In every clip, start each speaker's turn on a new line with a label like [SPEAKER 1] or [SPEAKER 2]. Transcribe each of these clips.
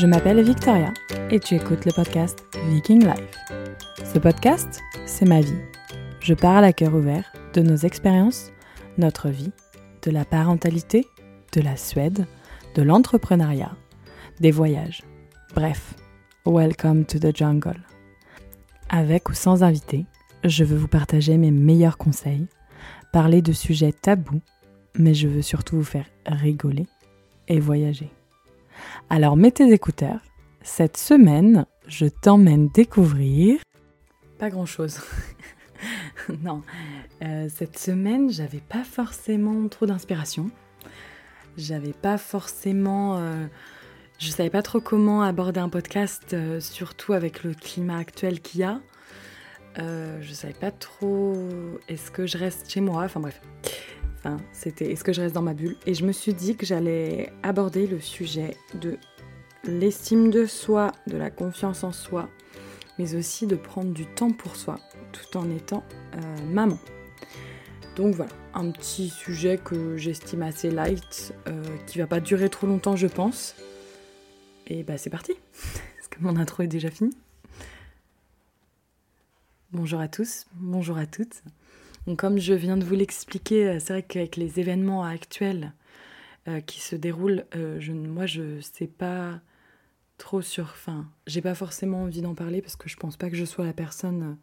[SPEAKER 1] Je m'appelle Victoria et tu écoutes le podcast Viking Life. Ce podcast, c'est ma vie. Je parle à cœur ouvert de nos expériences, notre vie, de la parentalité, de la Suède, de l'entrepreneuriat, des voyages. Bref, welcome to the jungle. Avec ou sans invité, je veux vous partager mes meilleurs conseils, parler de sujets tabous, mais je veux surtout vous faire rigoler et voyager. Alors mets tes écouteurs, cette semaine, je t'emmène découvrir... Pas grand-chose. Non, cette semaine, j'avais pas forcément trop d'inspiration. J'avais pas forcément... je savais pas trop comment aborder un podcast, surtout avec le climat actuel qu'il y a. Je savais pas trop... Est-ce que je reste chez moi ? Enfin bref. C'était est-ce que je reste dans ma bulle ? Et je me suis dit que j'allais aborder le sujet de l'estime de soi, de la confiance en soi, mais aussi de prendre du temps pour soi, tout en étant maman. Donc voilà, un petit sujet que j'estime assez light, qui va pas durer trop longtemps je pense. Et bah c'est parti, parce que mon intro est déjà finie. Bonjour à tous, bonjour à toutes. Donc, comme je viens de vous l'expliquer, c'est vrai qu'avec les événements actuels qui se déroulent, moi je sais pas trop j'ai pas forcément envie d'en parler parce que je pense pas que je sois la personne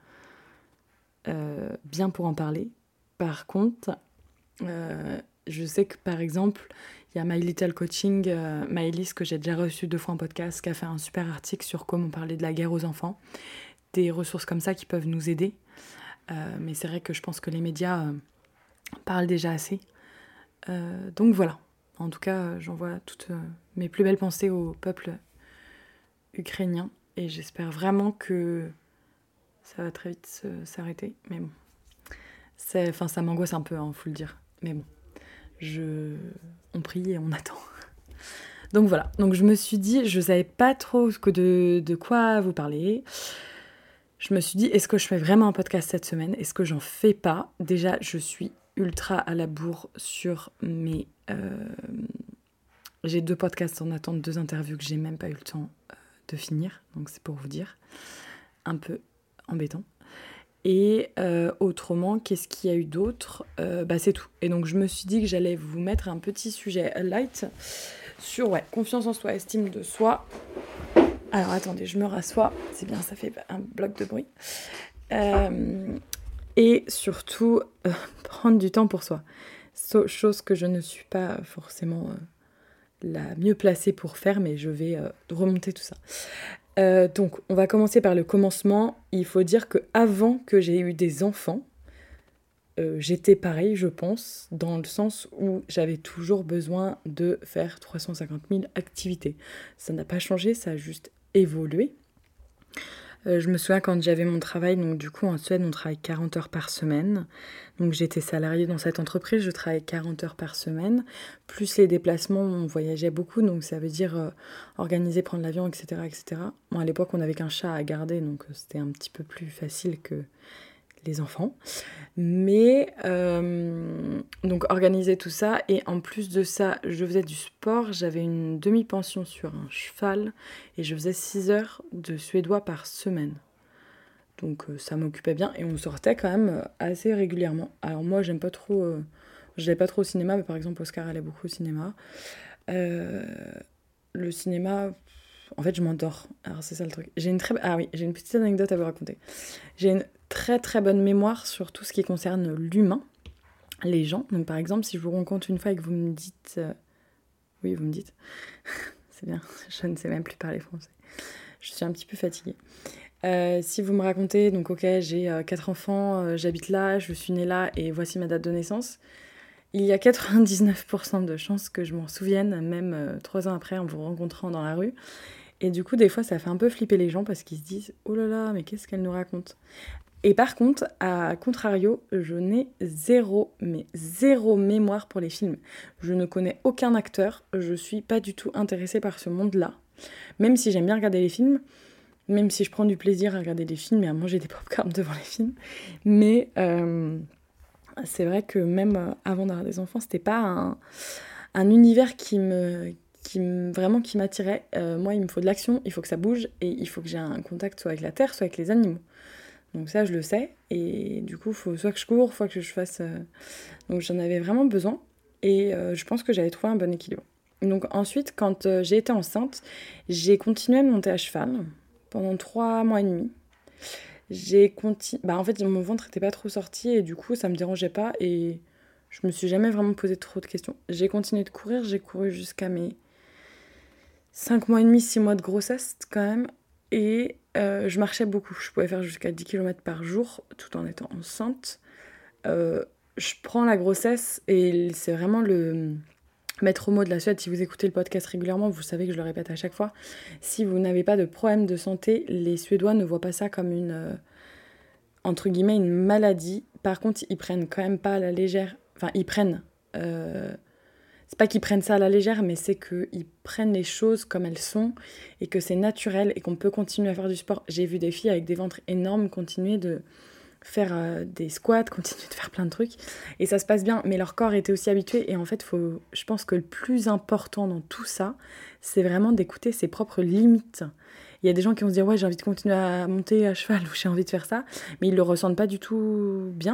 [SPEAKER 1] bien pour en parler. Par contre, je sais que par exemple, il y a My Little Coaching, Maëlys, que j'ai déjà reçue 2 fois en podcast, qui a fait un super article sur comment parler de la guerre aux enfants. Des ressources comme ça qui peuvent nous aider. Mais c'est vrai que je pense que les médias parlent déjà assez. Donc voilà. En tout cas, j'envoie toutes mes plus belles pensées au peuple ukrainien. Et j'espère vraiment que ça va très vite s'arrêter. Mais bon. Ça m'angoisse un peu, faut le dire. Mais bon. On prie et on attend. Donc voilà. Donc je me suis dit, je savais pas trop de quoi vous parler. Je me suis dit, est-ce que je fais vraiment un podcast cette semaine ? Est-ce que j'en fais pas ? Déjà, je suis ultra à la bourre sur mes... J'ai 2 podcasts en attente, 2 interviews que j'ai même pas eu le temps de finir. Donc c'est pour vous dire. Un peu embêtant. Et autrement, qu'est-ce qu'il y a eu d'autre ? C'est tout. Et donc je me suis dit que j'allais vous mettre un petit sujet light sur confiance en soi, estime de soi. Alors attendez, je me rassois, c'est bien, ça fait un bloc de bruit. Et surtout, prendre du temps pour soi. Chose que je ne suis pas forcément la mieux placée pour faire, mais je vais remonter tout ça. Donc, on va commencer par le commencement. Il faut dire qu'avant que j'ai eu des enfants, j'étais pareil, je pense, dans le sens où j'avais toujours besoin de faire 350 000 activités. Ça n'a pas changé, ça a juste évolué. Je me souviens quand j'avais mon travail, donc du coup en Suède on travaille 40 heures par semaine, donc j'étais salariée dans cette entreprise, je travaillais 40 heures par semaine, plus les déplacements, on voyageait beaucoup, donc ça veut dire organiser, prendre l'avion, etc., etc. Bon, à l'époque on n'avait qu'un chat à garder, donc c'était un petit peu plus facile que les enfants, mais donc organiser tout ça, et en plus de ça je faisais du sport, j'avais une demi-pension sur un cheval et je faisais 6 heures de suédois par semaine, donc ça m'occupait bien et on sortait quand même assez régulièrement. Alors moi j'allais pas trop au cinéma, mais par exemple Oscar allait beaucoup au cinéma. Le cinéma, en fait je m'endors, alors c'est ça le truc. J'ai une petite anecdote à vous raconter. J'ai une très très bonne mémoire sur tout ce qui concerne l'humain, les gens. Donc par exemple, si je vous rencontre une fois et que vous me dites... Oui, vous me dites. C'est bien, je ne sais même plus parler français. Je suis un petit peu fatiguée. Si vous me racontez, donc ok, j'ai 4 enfants, j'habite là, je suis née là et voici ma date de naissance, il y a 99% de chances que je m'en souvienne, même 3 ans après en vous rencontrant dans la rue. Et du coup, des fois, ça fait un peu flipper les gens parce qu'ils se disent « Oh là là, mais qu'est-ce qu'elle nous raconte ?» Et par contre, à contrario, je n'ai zéro mémoire pour les films. Je ne connais aucun acteur, je suis pas du tout intéressée par ce monde-là. Même si j'aime bien regarder les films, même si je prends du plaisir à regarder les films et à manger des pop-corn devant les films. Mais c'est vrai que même avant d'avoir des enfants, c'était pas un univers qui me vraiment qui m'attirait. Moi, il me faut de l'action, il faut que ça bouge et il faut que j'ai un contact soit avec la terre, soit avec les animaux. Donc ça, je le sais. Et du coup, il faut soit que je cours, soit que je fasse... Donc j'en avais vraiment besoin. Et je pense que j'avais trouvé un bon équilibre. Donc ensuite, quand j'ai été enceinte, j'ai continué à monter à cheval pendant 3 mois et demi. En fait, mon ventre n'était pas trop sorti et du coup, ça me dérangeait pas. Et je me suis jamais vraiment posé trop de questions. J'ai continué de courir. J'ai couru jusqu'à mes 5 mois et demi, 6 mois de grossesse quand même. Et je marchais beaucoup. Je pouvais faire jusqu'à 10 km par jour tout en étant enceinte. Je prends la grossesse et c'est vraiment le maître mot de la Suède. Si vous écoutez le podcast régulièrement, vous savez que je le répète à chaque fois. Si vous n'avez pas de problème de santé, les Suédois ne voient pas ça comme entre guillemets, une maladie. Par contre, ils prennent quand même pas à la légère. Enfin, ils prennent... c'est pas qu'ils prennent ça à la légère, mais c'est qu'ils prennent les choses comme elles sont et que c'est naturel et qu'on peut continuer à faire du sport. J'ai vu des filles avec des ventres énormes continuer de faire des squats, continuer de faire plein de trucs et ça se passe bien, mais leur corps était aussi habitué et en fait, je pense que le plus important dans tout ça, c'est vraiment d'écouter ses propres limites. Il y a des gens qui vont se dire « Ouais, j'ai envie de continuer à monter à cheval ou j'ai envie de faire ça », mais ils le ressentent pas du tout bien.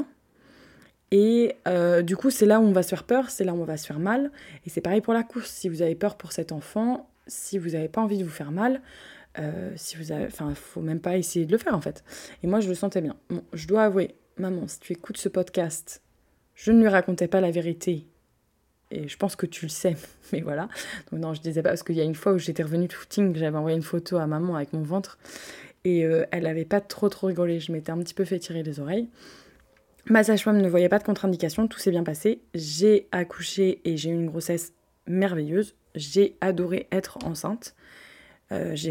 [SPEAKER 1] Et du coup, c'est là où on va se faire peur, c'est là où on va se faire mal. Et c'est pareil pour la course. Si vous avez peur pour cet enfant, si vous n'avez pas envie de vous faire mal, faut même pas essayer de le faire en fait. Et moi, je le sentais bien. Bon, je dois avouer, maman, si tu écoutes ce podcast, je ne lui racontais pas la vérité. Et je pense que tu le sais, mais voilà. Donc non, je disais pas, parce qu'il y a une fois où j'étais revenue de footing, j'avais envoyé une photo à maman avec mon ventre. Et elle n'avait pas trop rigolé. Je m'étais un petit peu fait tirer les oreilles. Ma sage-femme ne voyait pas de contre-indication, tout s'est bien passé. J'ai accouché et j'ai eu une grossesse merveilleuse. J'ai adoré être enceinte. J'ai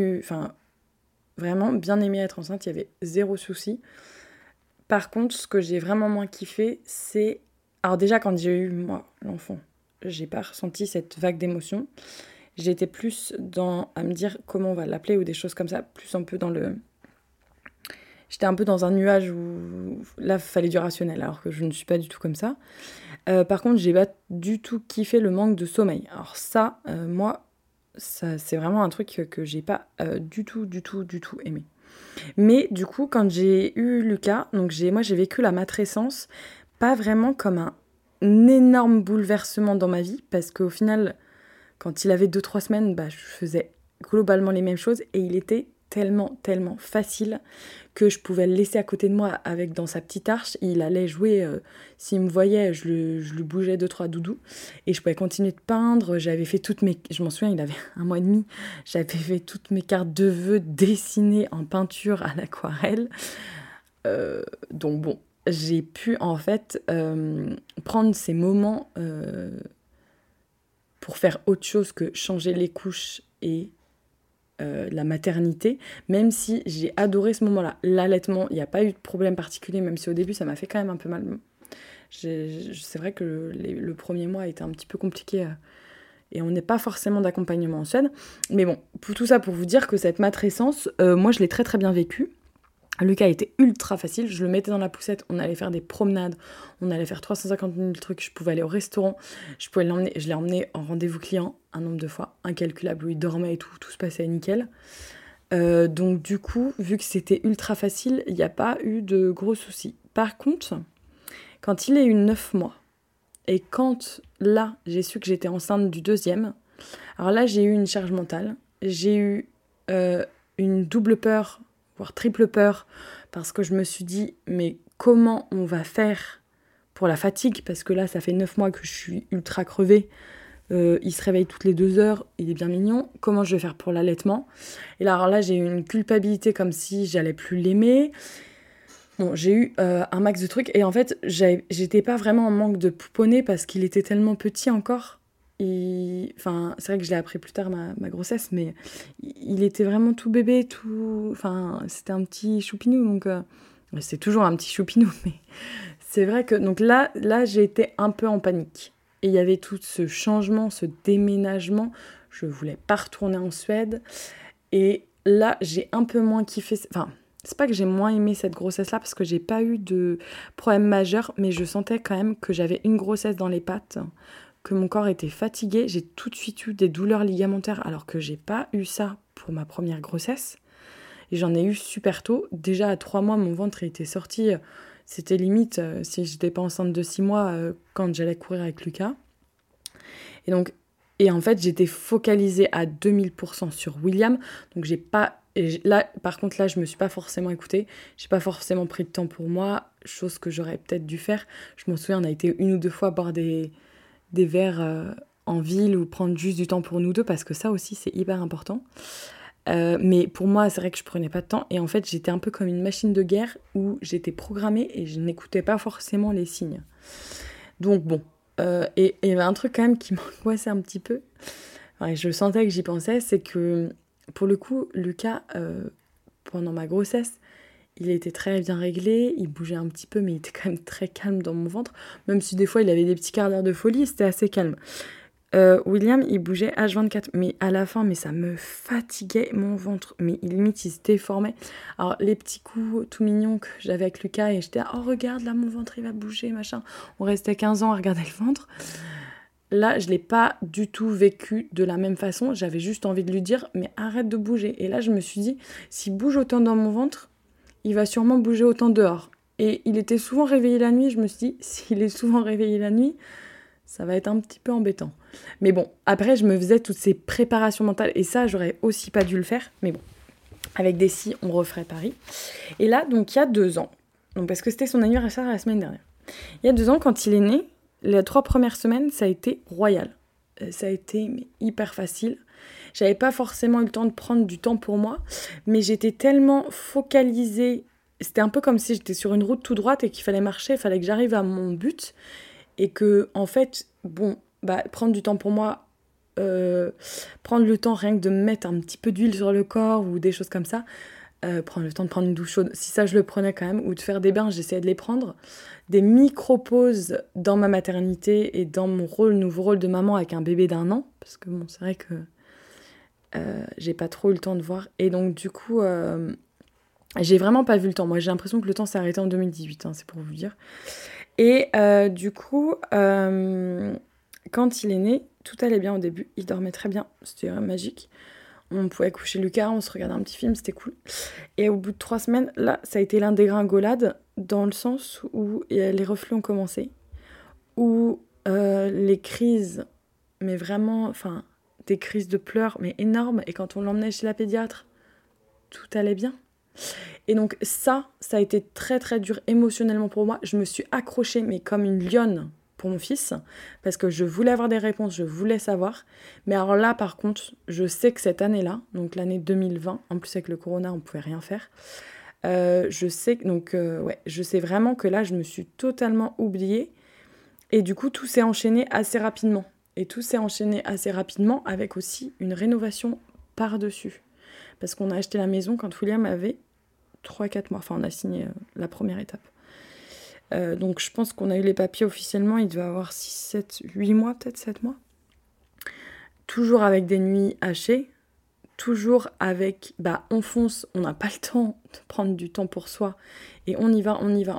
[SPEAKER 1] vraiment bien aimé être enceinte, il y avait 0 souci. Par contre, ce que j'ai vraiment moins kiffé, c'est... Alors déjà, quand j'ai eu, moi, l'enfant, j'ai pas ressenti cette vague d'émotions. J'étais plus à me dire comment on va l'appeler ou des choses comme ça, plus un peu dans le... J'étais un peu dans un nuage où là, il fallait du rationnel, alors que je ne suis pas du tout comme ça. Par contre, j'ai pas du tout kiffé le manque de sommeil. Alors ça, moi, ça, c'est vraiment un truc que j'ai pas du tout aimé. Mais du coup, quand j'ai eu Lucas, donc moi j'ai vécu la matrescence pas vraiment comme un énorme bouleversement dans ma vie, parce qu'au final, quand il avait 2-3 semaines, je faisais globalement les mêmes choses et il était tellement facile que je pouvais le laisser à côté de moi avec dans sa petite arche. Il allait jouer, s'il me voyait, je lui bougeais 2-3 doudous et je pouvais continuer de peindre. J'avais fait je m'en souviens, il avait 1 mois et demi, j'avais fait toutes mes cartes de vœux dessinées en peinture à l'aquarelle. Donc bon, j'ai pu en fait prendre ces moments pour faire autre chose que changer les couches et la maternité, même si j'ai adoré ce moment-là. L'allaitement, il n'y a pas eu de problème particulier, même si au début ça m'a fait quand même un peu mal. C'est vrai que le premier mois a été un petit peu compliqué et on n'est pas forcément d'accompagnement en Suède. Mais bon, tout ça pour vous dire que cette matrescence, moi je l'ai très bien vécue. Lucas était ultra facile, je le mettais dans la poussette, on allait faire des promenades, on allait faire 350 000 trucs, je pouvais aller au restaurant, je l'ai emmené en rendez-vous client un nombre de fois incalculable où il dormait et tout se passait nickel. Donc du coup, vu que c'était ultra facile, il n'y a pas eu de gros soucis. Par contre, quand il a eu 9 mois, et quand là, j'ai su que j'étais enceinte du 2e, alors là, j'ai eu une charge mentale, j'ai eu une double peur, voire triple peur, parce que je me suis dit, mais comment on va faire pour la fatigue ? Parce que là, ça fait 9 mois que je suis ultra crevée. Il se réveille toutes les 2 heures, il est bien mignon. Comment je vais faire pour l'allaitement ? Et là, alors là, j'ai eu une culpabilité comme si j'allais plus l'aimer. Bon, j'ai eu un max de trucs. Et en fait, j'étais pas vraiment en manque de pouponner parce qu'il était tellement petit encore. Enfin, c'est vrai que je l'ai appris plus tard, ma grossesse, mais il était vraiment tout bébé, enfin, c'était un petit choupinou, donc c'est toujours un petit choupinou, mais c'est vrai que donc là j'ai été un peu en panique. Et il y avait tout ce changement, ce déménagement. Je voulais pas retourner en Suède. Et là, j'ai un peu moins kiffé. Enfin, c'est pas que j'ai moins aimé cette grossesse-là, parce que j'ai pas eu de problème majeur, mais je sentais quand même que j'avais une grossesse dans les pattes, que mon corps était fatigué, j'ai tout de suite eu des douleurs ligamentaires alors que j'ai pas eu ça pour ma première grossesse. Et j'en ai eu super tôt. Déjà à 3 mois, mon ventre était sorti. C'était limite si j'étais pas enceinte de 6 mois quand j'allais courir avec Lucas. Et en fait, j'étais focalisée à 2000% sur William. Donc là, par contre, là, je me suis pas forcément écoutée. J'ai pas forcément pris de temps pour moi, chose que j'aurais peut-être dû faire. Je m'en souviens, on a été 1 ou 2 fois boire des verres en ville ou prendre juste du temps pour nous deux, parce que ça aussi, c'est hyper important. Mais pour moi, c'est vrai que je prenais pas de temps. Et en fait, j'étais un peu comme une machine de guerre où j'étais programmée et je n'écoutais pas forcément les signes. Donc bon. Et il y avait un truc quand même qui m'angoissait un petit peu. Ouais, je sentais que j'y pensais, c'est que pour le coup, Lucas, pendant ma grossesse, il était très bien réglé, il bougeait un petit peu, mais il était quand même très calme dans mon ventre. Même si des fois, il avait des petits quarts d'heure de folie, c'était assez calme. William, il bougeait H24, mais à la fin, mais ça me fatiguait mon ventre. Mais limite, il se déformait. Alors, les petits coups tout mignons que j'avais avec Lucas, et j'étais « Oh, regarde, là, mon ventre, il va bouger, machin. » On restait 15 ans à regarder le ventre. Là, je ne l'ai pas du tout vécu de la même façon. J'avais juste envie de lui dire « Mais arrête de bouger. » Et là, je me suis dit, s'il bouge autant dans mon ventre, il va sûrement bouger autant dehors. Et il était souvent réveillé la nuit. Je me suis dit, s'il est souvent réveillé la nuit, ça va être un petit peu embêtant. Mais bon, après, je me faisais toutes ces préparations mentales. Et ça, j'aurais aussi pas dû le faire. Mais bon, avec des si, on referait Paris. Et là, donc, il y a 2 ans, donc, parce que c'était son anniversaire la semaine dernière. Il y a 2 ans, quand il est né, les 3 premières semaines, ça a été royal. Ça a été hyper facile. J'avais pas forcément eu le temps de prendre du temps pour moi, mais j'étais tellement focalisée. C'était un peu comme si j'étais sur une route tout droite et qu'il fallait marcher, il fallait que j'arrive à mon but. Et que, en fait, bon, prendre du temps pour moi, prendre le temps rien que de me mettre un petit peu d'huile sur le corps ou des choses comme ça, prendre le temps de prendre une douche chaude, si ça je le prenais quand même, ou de faire des bains, j'essayais de les prendre. Des micro-pauses dans ma maternité et dans mon nouveau rôle de maman avec un bébé d'1 an, parce que bon, c'est vrai que j'ai pas trop eu le temps de voir. Et donc, du coup, j'ai vraiment pas vu le temps. Moi, j'ai l'impression que le temps s'est arrêté en 2018, c'est pour vous dire. Et du coup, quand il est né, tout allait bien au début. Il dormait très bien, c'était magique. On pouvait coucher Lucas, on se regardait un petit film, c'était cool. Et au bout de 3 semaines, là, ça a été l'un des dégringolades, dans le sens où les reflux ont commencé, où les crises, mais vraiment, enfin, des crises de pleurs, mais énormes. Et quand on l'emmenait chez la pédiatre, tout allait bien. Et donc ça a été très très dur émotionnellement pour moi. Je me suis accrochée, mais comme une lionne pour mon fils, parce que je voulais avoir des réponses, je voulais savoir. Mais alors là, par contre, je sais que cette année-là, donc l'année 2020, en plus avec le corona, on ne pouvait rien faire, je sais vraiment que là, je me suis totalement oubliée. Et du coup, tout s'est enchaîné assez rapidement. Et tout s'est enchaîné assez rapidement avec aussi une rénovation par-dessus. Parce qu'on a acheté la maison quand William avait 3-4 mois. Enfin, on a signé la première étape. Donc, je pense qu'on a eu les papiers officiellement. Il devait avoir 6, 7, 8 mois, peut-être 7 mois. Toujours avec des nuits hachées. Toujours avec, on fonce, on n'a pas le temps de prendre du temps pour soi. Et on y va.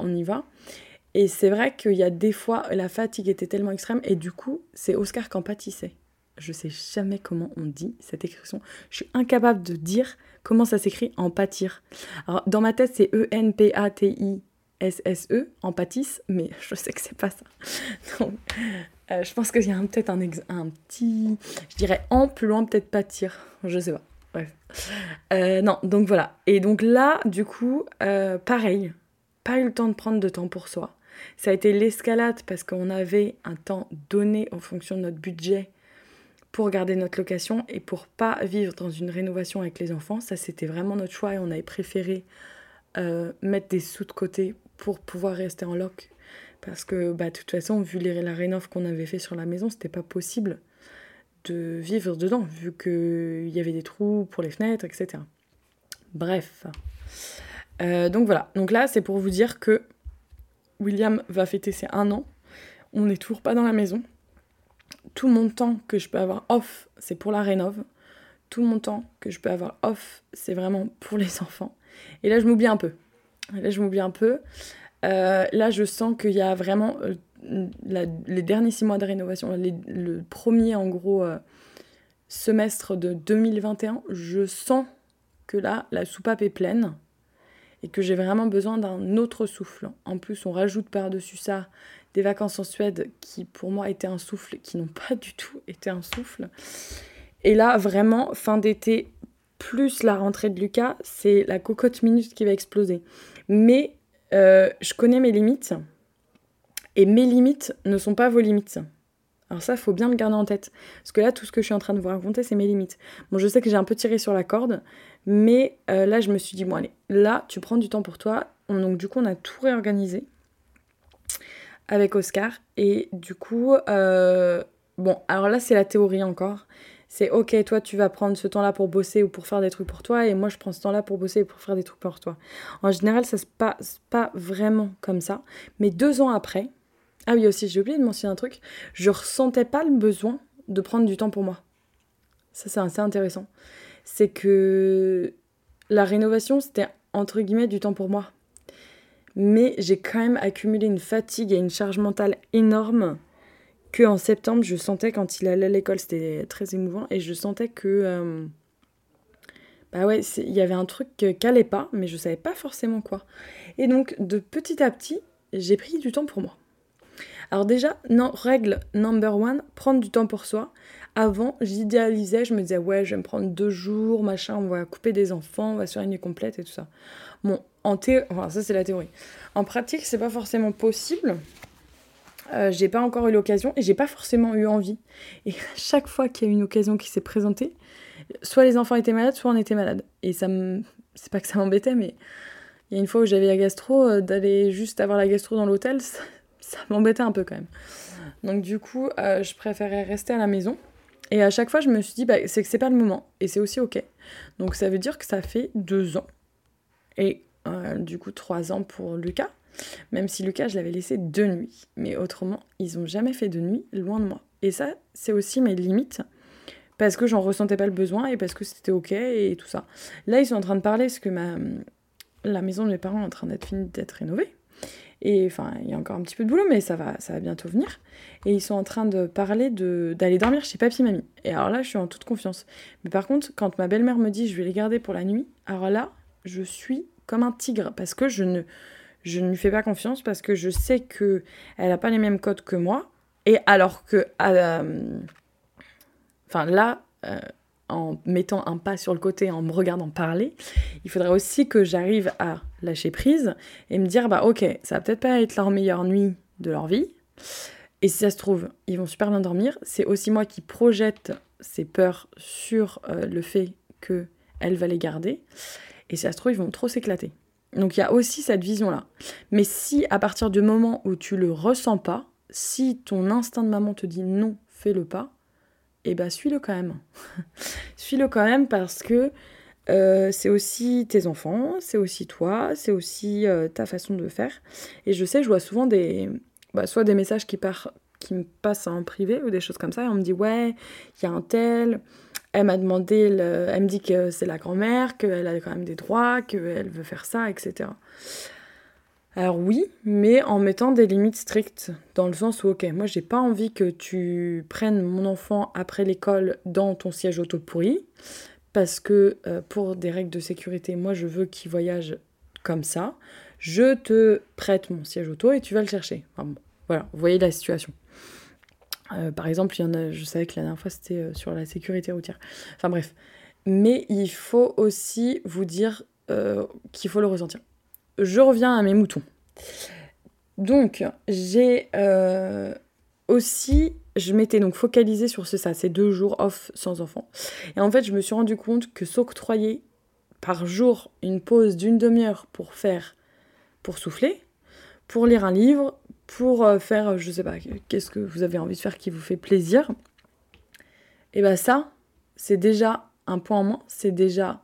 [SPEAKER 1] Et c'est vrai qu'il y a des fois, la fatigue était tellement extrême. Et du coup, c'est Oscar qui en pâtissait. Je sais jamais comment on dit cette expression. Je suis incapable de dire comment ça s'écrit en pâtir. Alors, dans ma tête, c'est E-N-P-A-T-I-S-S-E, en pâtisse, mais je sais que c'est pas ça. Donc, je pense qu'il y a peut-être un petit... Je dirais en, plus loin, peut-être pâtir. Je sais pas. Bref. Non, donc voilà. Et donc là, du coup, pareil. Pas eu le temps de prendre de temps pour soi. Ça a été l'escalade parce qu'on avait un temps donné en fonction de notre budget pour garder notre location et pour pas vivre dans une rénovation avec les enfants. Ça, c'était vraiment notre choix et on avait préféré mettre des sous de côté pour pouvoir rester en loc. Parce que, de toute façon, vu la rénov qu'on avait fait sur la maison, c'était pas possible de vivre dedans, vu qu'il y avait des trous pour les fenêtres, etc. Bref. Donc voilà. Donc là, c'est pour vous dire que William va fêter ses 1 an. On n'est toujours pas dans la maison. Tout mon temps que je peux avoir off, c'est pour la rénov. Tout mon temps que je peux avoir off, c'est vraiment pour les enfants. Et là, je m'oublie un peu. Là, je sens qu'il y a vraiment les derniers 6 mois de rénovation, le premier en gros semestre de 2021, je sens que là, la soupape est pleine et que j'ai vraiment besoin d'un autre souffle. En plus, on rajoute par-dessus ça des vacances en Suède qui, pour moi, étaient un souffle, qui n'ont pas du tout été un souffle. Et là, vraiment, fin d'été, plus la rentrée de Lucas, c'est la cocotte minute qui va exploser. Mais je connais mes limites, et mes limites ne sont pas vos limites. Alors ça, il faut bien le garder en tête. Parce que là, tout ce que je suis en train de vous raconter, c'est mes limites. Bon, je sais que j'ai un peu tiré sur la corde, mais là, je me suis dit, bon, allez, là, tu prends du temps pour toi. Donc, du coup, on a tout réorganisé avec Oscar. Et du coup, bon, alors là, c'est la théorie encore. C'est ok, toi, tu vas prendre ce temps-là pour bosser ou pour faire des trucs pour toi, et moi, je prends ce temps-là pour bosser et pour faire des trucs pour toi. En général, ça se passe pas vraiment comme ça. Mais 2 ans après... Ah oui, aussi, j'ai oublié de mentionner un truc. Je ressentais pas le besoin de prendre du temps pour moi. Ça, c'est assez intéressant. C'est que la rénovation, c'était entre guillemets du temps pour moi. Mais j'ai quand même accumulé une fatigue et une charge mentale énorme qu'en septembre, je sentais quand il allait à l'école, c'était très émouvant. Et je sentais que... bah ouais, il y avait un truc qui allait pas, mais je savais pas forcément quoi. Et donc, de petit à petit, j'ai pris du temps pour moi. Alors déjà, règle number 1, prendre du temps pour soi. Avant, j'idéalisais, je me disais, ouais, je vais me prendre 2 jours, machin, on va couper des enfants, on va se faire une nuit complète et tout ça. Bon, enfin, ça c'est la théorie. En pratique, c'est pas forcément possible. J'ai pas encore eu l'occasion et j'ai pas forcément eu envie. Et chaque fois qu'il y a eu une occasion qui s'est présentée, soit les enfants étaient malades, soit on était malade. Et c'est pas que ça m'embêtait, mais il y a une fois où j'avais la gastro, d'aller juste avoir la gastro dans l'hôtel, ça m'embêtait un peu quand même. Donc du coup, je préférais rester à la maison. Et à chaque fois, je me suis dit, c'est que c'est pas le moment. Et c'est aussi ok. Donc ça veut dire que ça fait 2 ans. Et du coup, 3 ans pour Lucas. Même si Lucas, je l'avais laissé 2 nuits. Mais autrement, ils ont jamais fait de nuit, loin de moi. Et ça, c'est aussi mes limites. Parce que j'en ressentais pas le besoin et parce que c'était ok et tout ça. Là, ils sont en train de parler parce que la maison de mes parents est en train d'être finie d'être rénovée. Et enfin, il y a encore un petit peu de boulot, mais ça va bientôt venir. Et ils sont en train de parler d'aller dormir chez papy et mamie. Et alors là, je suis en toute confiance. Mais par contre, quand ma belle-mère me dit je vais les garder pour la nuit, alors là, je suis comme un tigre. Parce que je ne lui fais pas confiance, parce que je sais qu'elle n'a pas les mêmes codes que moi. Et alors que... Enfin là... en mettant un pas sur le côté, en me regardant parler, il faudrait aussi que j'arrive à lâcher prise et me dire, ok, ça va peut-être pas être leur meilleure nuit de leur vie, et si ça se trouve, ils vont super bien dormir. C'est aussi moi qui projette ces peurs sur le fait qu'elle va les garder, et si ça se trouve, ils vont trop s'éclater. Donc il y a aussi cette vision-là. Mais si à partir du moment où tu le ressens pas, si ton instinct de maman te dit non, fais-le pas, et suis-le quand même. Suis-le quand même parce que c'est aussi tes enfants, c'est aussi toi, c'est aussi ta façon de faire. Et je sais, je vois souvent soit des messages qui me passent en privé ou des choses comme ça, et on me dit, ouais, il y a un tel, elle m'a demandé, elle me dit que c'est la grand-mère, qu'elle a quand même des droits, qu'elle veut faire ça, etc. Alors oui, mais en mettant des limites strictes, dans le sens où, ok, moi j'ai pas envie que tu prennes mon enfant après l'école dans ton siège auto pourri, parce que pour des règles de sécurité, moi je veux qu'il voyage comme ça, je te prête mon siège auto et tu vas le chercher. Enfin bon, voilà, vous voyez la situation. Par exemple, il y en a, je savais que la dernière fois c'était sur la sécurité routière. Enfin bref, mais il faut aussi vous dire qu'il faut le ressentir. Je reviens à mes moutons. Donc, j'ai aussi... Je m'étais donc focalisée sur ces 2 jours off sans enfant. Et en fait, je me suis rendu compte que s'octroyer par jour une pause d'1 demi-heure pour souffler, pour lire un livre, pour faire, je sais pas, qu'est-ce que vous avez envie de faire qui vous fait plaisir, et ça, c'est déjà un point en moins, c'est déjà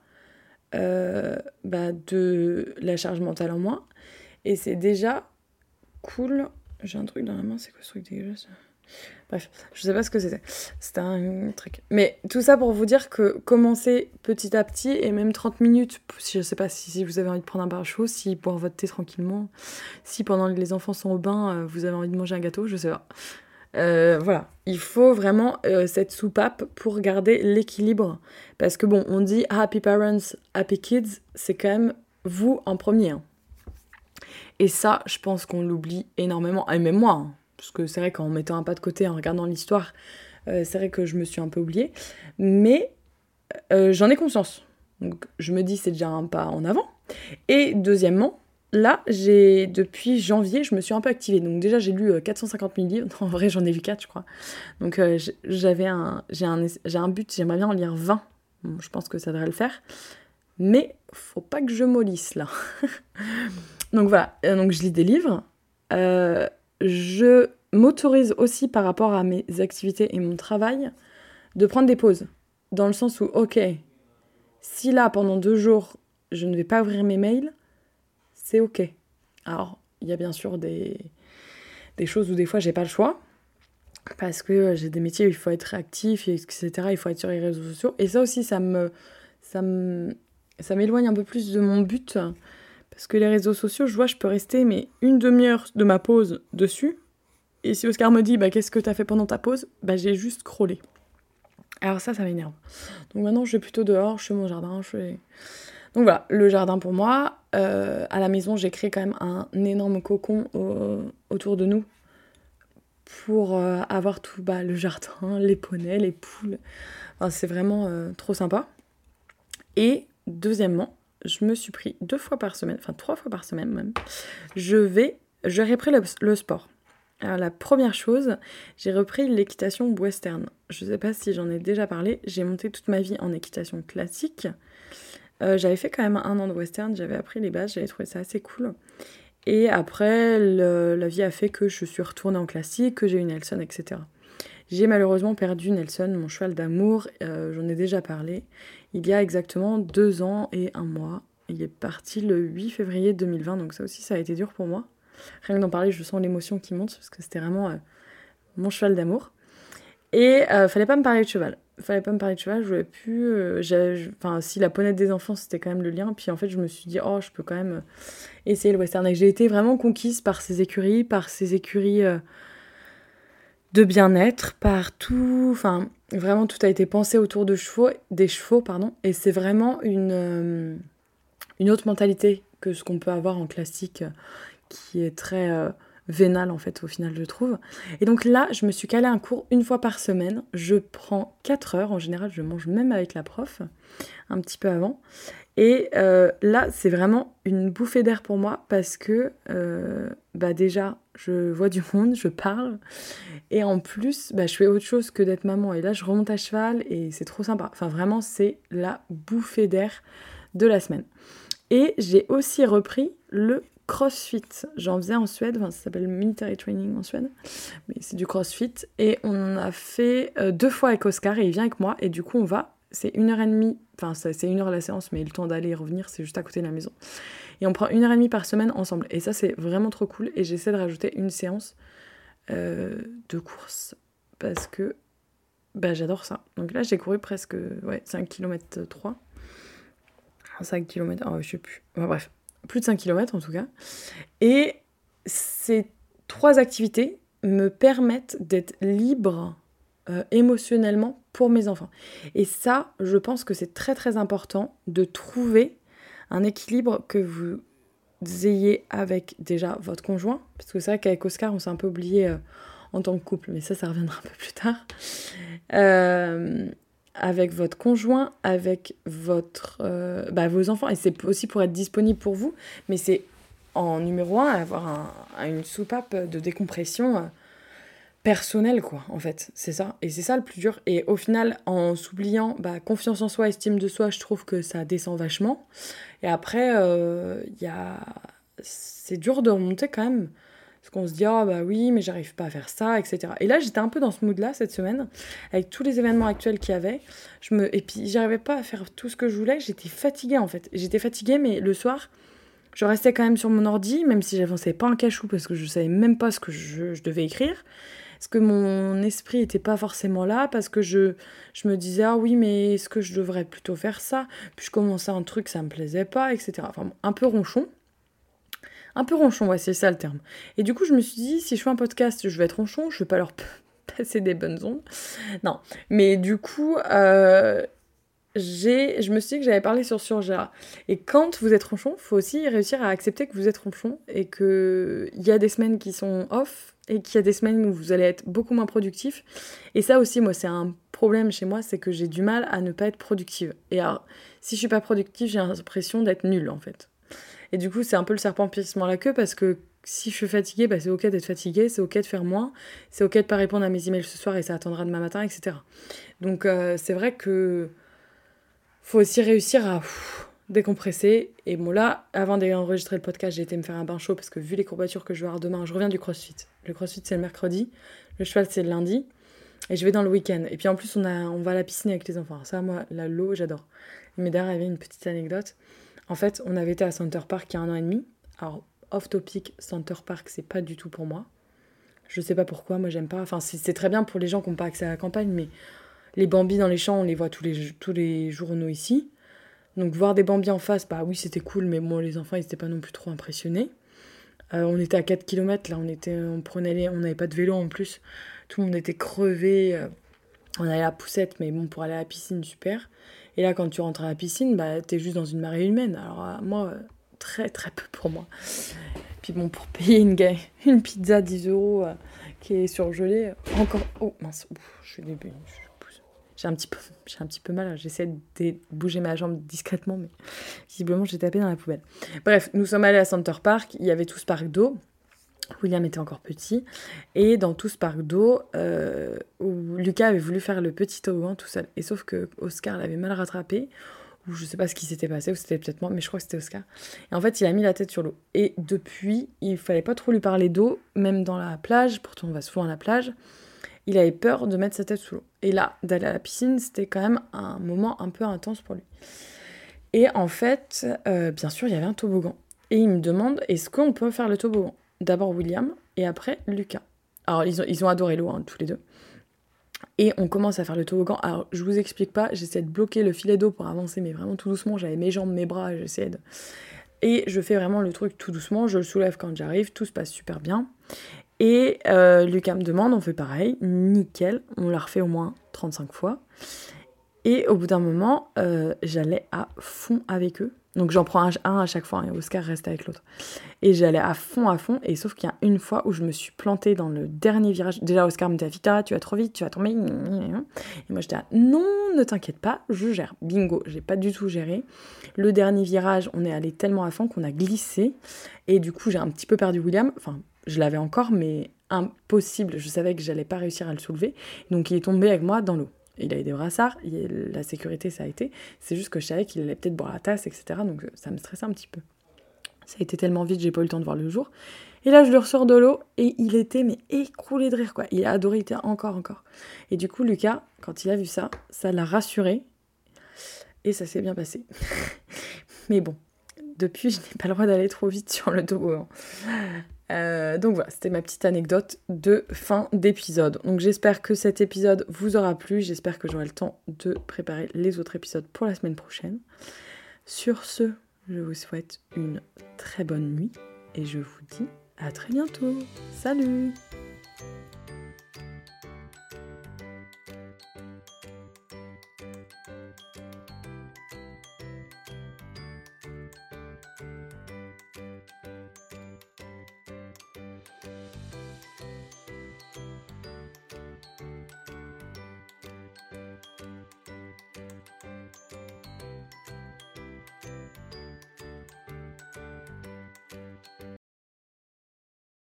[SPEAKER 1] de la charge mentale en moins, et c'est déjà cool. J'ai un truc dans la main, c'est quoi ce truc dégueulasse ? Bref, je sais pas ce que c'était. C'était un truc. Mais tout ça pour vous dire que commencez petit à petit, et même 30 minutes, je sais pas si vous avez envie de prendre un bain chaud, si boire votre thé tranquillement, si pendant que les enfants sont au bain, vous avez envie de manger un gâteau, je sais pas. Voilà, il faut vraiment cette soupape pour garder l'équilibre. Parce que bon, on dit happy parents, happy kids, c'est quand même vous en premier. Hein. Et ça, je pense qu'on l'oublie énormément. Et même moi, hein, parce que c'est vrai qu'en mettant un pas de côté, en regardant l'histoire, c'est vrai que je me suis un peu oubliée. Mais j'en ai conscience. Donc je me dis c'est déjà un pas en avant. Et deuxièmement, là, depuis janvier, je me suis un peu activée. Donc déjà, j'ai lu 450 000 livres. En vrai, j'en ai lu 4, je crois. Donc j'ai un but, j'aimerais bien en lire 20. Bon, je pense que ça devrait le faire. Mais faut pas que je mollisse, là. Donc voilà, donc je lis des livres. Je m'autorise aussi par rapport à mes activités et mon travail de prendre des pauses. Dans le sens où, ok, si là, pendant 2 jours, je ne vais pas ouvrir mes mails, c'est ok. Alors, il y a bien sûr des choses où des fois, j'ai pas le choix. Parce que j'ai des métiers où il faut être réactif, etc. Il faut être sur les réseaux sociaux. Et ça aussi, ça m'éloigne un peu plus de mon but. Parce que les réseaux sociaux, je vois, je peux rester mais une demi-heure de ma pause dessus. Et si Oscar me dit, qu'est-ce que t'as fait pendant ta pause ? J'ai juste scrollé. Alors ça m'énerve. Donc maintenant, je vais plutôt dehors, je fais mon jardin, Donc voilà, le jardin pour moi. À la maison, j'ai créé quand même un énorme cocon autour de nous pour avoir tout le jardin, les poneys, les poules. Enfin, c'est vraiment trop sympa. Et deuxièmement, je me suis pris 2 fois par semaine, enfin 3 fois par semaine même, j'ai repris le sport. Alors la première chose, j'ai repris l'équitation western. Je sais pas si j'en ai déjà parlé, j'ai monté toute ma vie en équitation classique. J'avais fait quand même 1 an de western, j'avais appris les bases, j'avais trouvé ça assez cool. Et après, la vie a fait que je suis retournée en classique, que j'ai eu Nelson, etc. J'ai malheureusement perdu Nelson, mon cheval d'amour, j'en ai déjà parlé, il y a exactement 2 ans et 1 mois. Il est parti le 8 février 2020, donc ça aussi, ça a été dur pour moi. Rien que d'en parler, je sens l'émotion qui monte, parce que c'était vraiment mon cheval d'amour. Et fallait pas me parler de cheval. Je voulais plus... si la ponette des enfants, c'était quand même le lien. Puis en fait, je me suis dit, je peux quand même essayer le western. Et j'ai été vraiment conquise par ces écuries, de bien-être, par tout... Enfin, vraiment, tout a été pensé autour des chevaux, et c'est vraiment une autre mentalité que ce qu'on peut avoir en classique, qui est très vénal, en fait, au final, je trouve. Et donc là, je me suis calée un cours 1 fois par semaine. Je prends 4 heures. En général, je mange même avec la prof, un petit peu avant. Et là, c'est vraiment une bouffée d'air pour moi parce que déjà, je vois du monde, je parle. Et en plus, je fais autre chose que d'être maman. Et là, je remonte à cheval et c'est trop sympa. Enfin, vraiment, c'est la bouffée d'air de la semaine. Et j'ai aussi repris le CrossFit. J'en faisais en Suède, ça s'appelle Military Training en Suède. Mais c'est du CrossFit. Et on a fait 2 fois avec Oscar et il vient avec moi. Et du coup, on va... C'est 1h30, c'est 1 heure la séance, mais le temps d'aller et revenir, c'est juste à côté de la maison. Et on prend 1h30 par semaine ensemble. Et ça, c'est vraiment trop cool. Et j'essaie de rajouter une séance de course parce que j'adore ça. Donc là, j'ai couru presque 5 km 3. 5 km, je sais plus. Bref, plus de 5 km en tout cas. Et ces 3 activités me permettent d'être libre émotionnellement pour mes enfants. Et ça, je pense que c'est très très important de trouver un équilibre que vous ayez avec déjà votre conjoint, parce que c'est vrai qu'avec Oscar, on s'est un peu oublié en tant que couple, mais ça reviendra un peu plus tard. Avec votre conjoint, avec vos enfants, et c'est aussi pour être disponible pour vous, mais c'est en numéro 1 avoir une soupape de décompression personnel, quoi, en fait, c'est ça, et c'est ça le plus dur, et au final, en s'oubliant, confiance en soi, estime de soi, je trouve que ça descend vachement, et après, c'est dur de remonter quand même, parce qu'on se dit, oui, mais j'arrive pas à faire ça, etc. Et là, j'étais un peu dans ce mood-là, cette semaine, avec tous les événements actuels qu'il y avait, et puis j'arrivais pas à faire tout ce que je voulais, j'étais fatiguée, en fait, mais le soir, Je restais quand même sur mon ordi, même si j'avançais pas un cachou parce que je savais même pas ce que je devais écrire. Parce que mon esprit était pas forcément là, parce que je me disais, ah oui, mais est-ce que je devrais plutôt faire ça? Puis je commençais un truc, ça me plaisait pas, etc. Enfin, bon, un peu ronchon. Un peu ronchon, ouais, c'est ça le terme. Et du coup, je me suis dit, si je fais un podcast, je vais être ronchon, je vais pas leur passer des bonnes ondes. Non. Mais du coup, je me suis dit que j'allais parler sur Surgéra. Et quand vous êtes ronchon, il faut aussi réussir à accepter que vous êtes ronchon et qu'il y a des semaines qui sont off et qu'il y a des semaines où vous allez être beaucoup moins productif. Et ça aussi, moi, c'est un problème chez moi, c'est que j'ai du mal à ne pas être productive. Et alors, si je suis pas productive, j'ai l'impression d'être nulle, en fait. Et du coup, c'est un peu le serpent qui se mord la queue parce que si je suis fatiguée, bah, c'est ok d'être fatiguée, c'est ok de faire moins, c'est ok de pas répondre à mes emails ce soir et ça attendra demain matin, etc. Donc, c'est vrai que faut aussi réussir à décompresser. Et bon, là, avant d'enregistrer le podcast, j'ai été me faire un bain chaud parce que vu les courbatures que je vais avoir demain, je reviens du crossfit. Le crossfit, c'est le mercredi, le cheval, c'est le lundi. Et je vais dans le week-end. Et puis en plus, on va à la piscine avec les enfants. Alors ça, moi, l'eau, j'adore. Mais derrière, il y avait une petite anecdote. En fait, on avait été à Center Park il y a 1 an et demi. Alors, off-topic, Center Park, c'est pas du tout pour moi. Je sais pas pourquoi, moi, j'aime pas. Enfin, c'est très bien pour les gens qui n'ont pas accès à la campagne, mais les bambis dans les champs, on les voit tous les journaux ici. Donc, voir des bambis en face, bah oui, c'était cool, mais bon, les enfants, ils étaient pas non plus trop impressionnés. On était à 4 km, là, on n'avait pas de vélo en plus. Tout le monde était crevé. On allait à la poussette, mais bon, pour aller à la piscine, super. Et là, quand tu rentres à la piscine, bah, t'es juste dans une marée humaine. Alors, moi, très, très peu pour moi. Puis bon, pour payer une pizza 10 € qui est surgelée, encore... Oh, mince, je suis début. J'ai un petit peu mal, j'essaie de bouger ma jambe discrètement, mais visiblement, j'ai tapé dans la poubelle. Bref, nous sommes allés à Center Park, il y avait tout ce parc d'eau. William était encore petit, et dans tout ce parc d'eau, où Lucas avait voulu faire le petit toboggan tout seul. Et sauf que Oscar l'avait mal rattrapé, ou je sais pas ce qui s'était passé, ou c'était peut-être moi, mais je crois que c'était Oscar. Et en fait, il a mis la tête sur l'eau. Et depuis, il fallait pas trop lui parler d'eau, même dans la plage, pourtant on va souvent à la plage, il avait peur de mettre sa tête sous l'eau. Et là, d'aller à la piscine, c'était quand même un moment un peu intense pour lui. Et en fait, bien sûr, il y avait un toboggan. Et il me demande, est-ce qu'on peut faire le toboggan ? D'abord William, et après Lucas. Alors, ils ont adoré l'eau, tous les deux. Et on commence à faire le toboggan. Alors, je vous explique pas, j'essaie de bloquer le filet d'eau pour avancer, mais vraiment tout doucement. J'avais mes jambes, mes bras, j'essayais de... Et je fais vraiment le truc tout doucement, je le soulève quand j'arrive, tout se passe super bien. Et Lucas me demande, on fait pareil, nickel, on l'a refait au moins 35 fois. Et au bout d'un moment, j'allais à fond avec eux. Donc j'en prends un à chaque fois, et Oscar reste avec l'autre. Et j'allais à fond, et sauf qu'il y a une fois où je me suis plantée dans le dernier virage. Déjà, Oscar me dit, Vita, tu vas trop vite, tu vas tomber. Et moi, j'étais là, non, ne t'inquiète pas, je gère. Bingo, j'ai pas du tout géré. Le dernier virage, on est allé tellement à fond qu'on a glissé. Et du coup, j'ai un petit peu perdu William. Enfin, je l'avais encore, mais impossible. Je savais que j'allais pas réussir à le soulever. Donc, il est tombé avec moi dans l'eau. Il avait des brassards, la sécurité, ça a été. C'est juste que je savais qu'il allait peut-être boire la tasse, etc. Donc, ça me stressait un petit peu. Ça a été tellement vite, j'ai pas eu le temps de voir le jour. Et là, je le ressors de l'eau et il était écroulé de rire, quoi. Il a adoré, il était encore. Et du coup, Lucas, quand il a vu ça, ça l'a rassuré. Et ça s'est bien passé. Mais bon, depuis, je n'ai pas le droit d'aller trop vite sur le toboggan. Donc voilà, c'était ma petite anecdote de fin d'épisode. Donc j'espère que cet épisode vous aura plu. J'espère que j'aurai le temps de préparer les autres épisodes pour la semaine prochaine. Sur ce, je vous souhaite une très bonne nuit et je vous dis à très bientôt. Salut!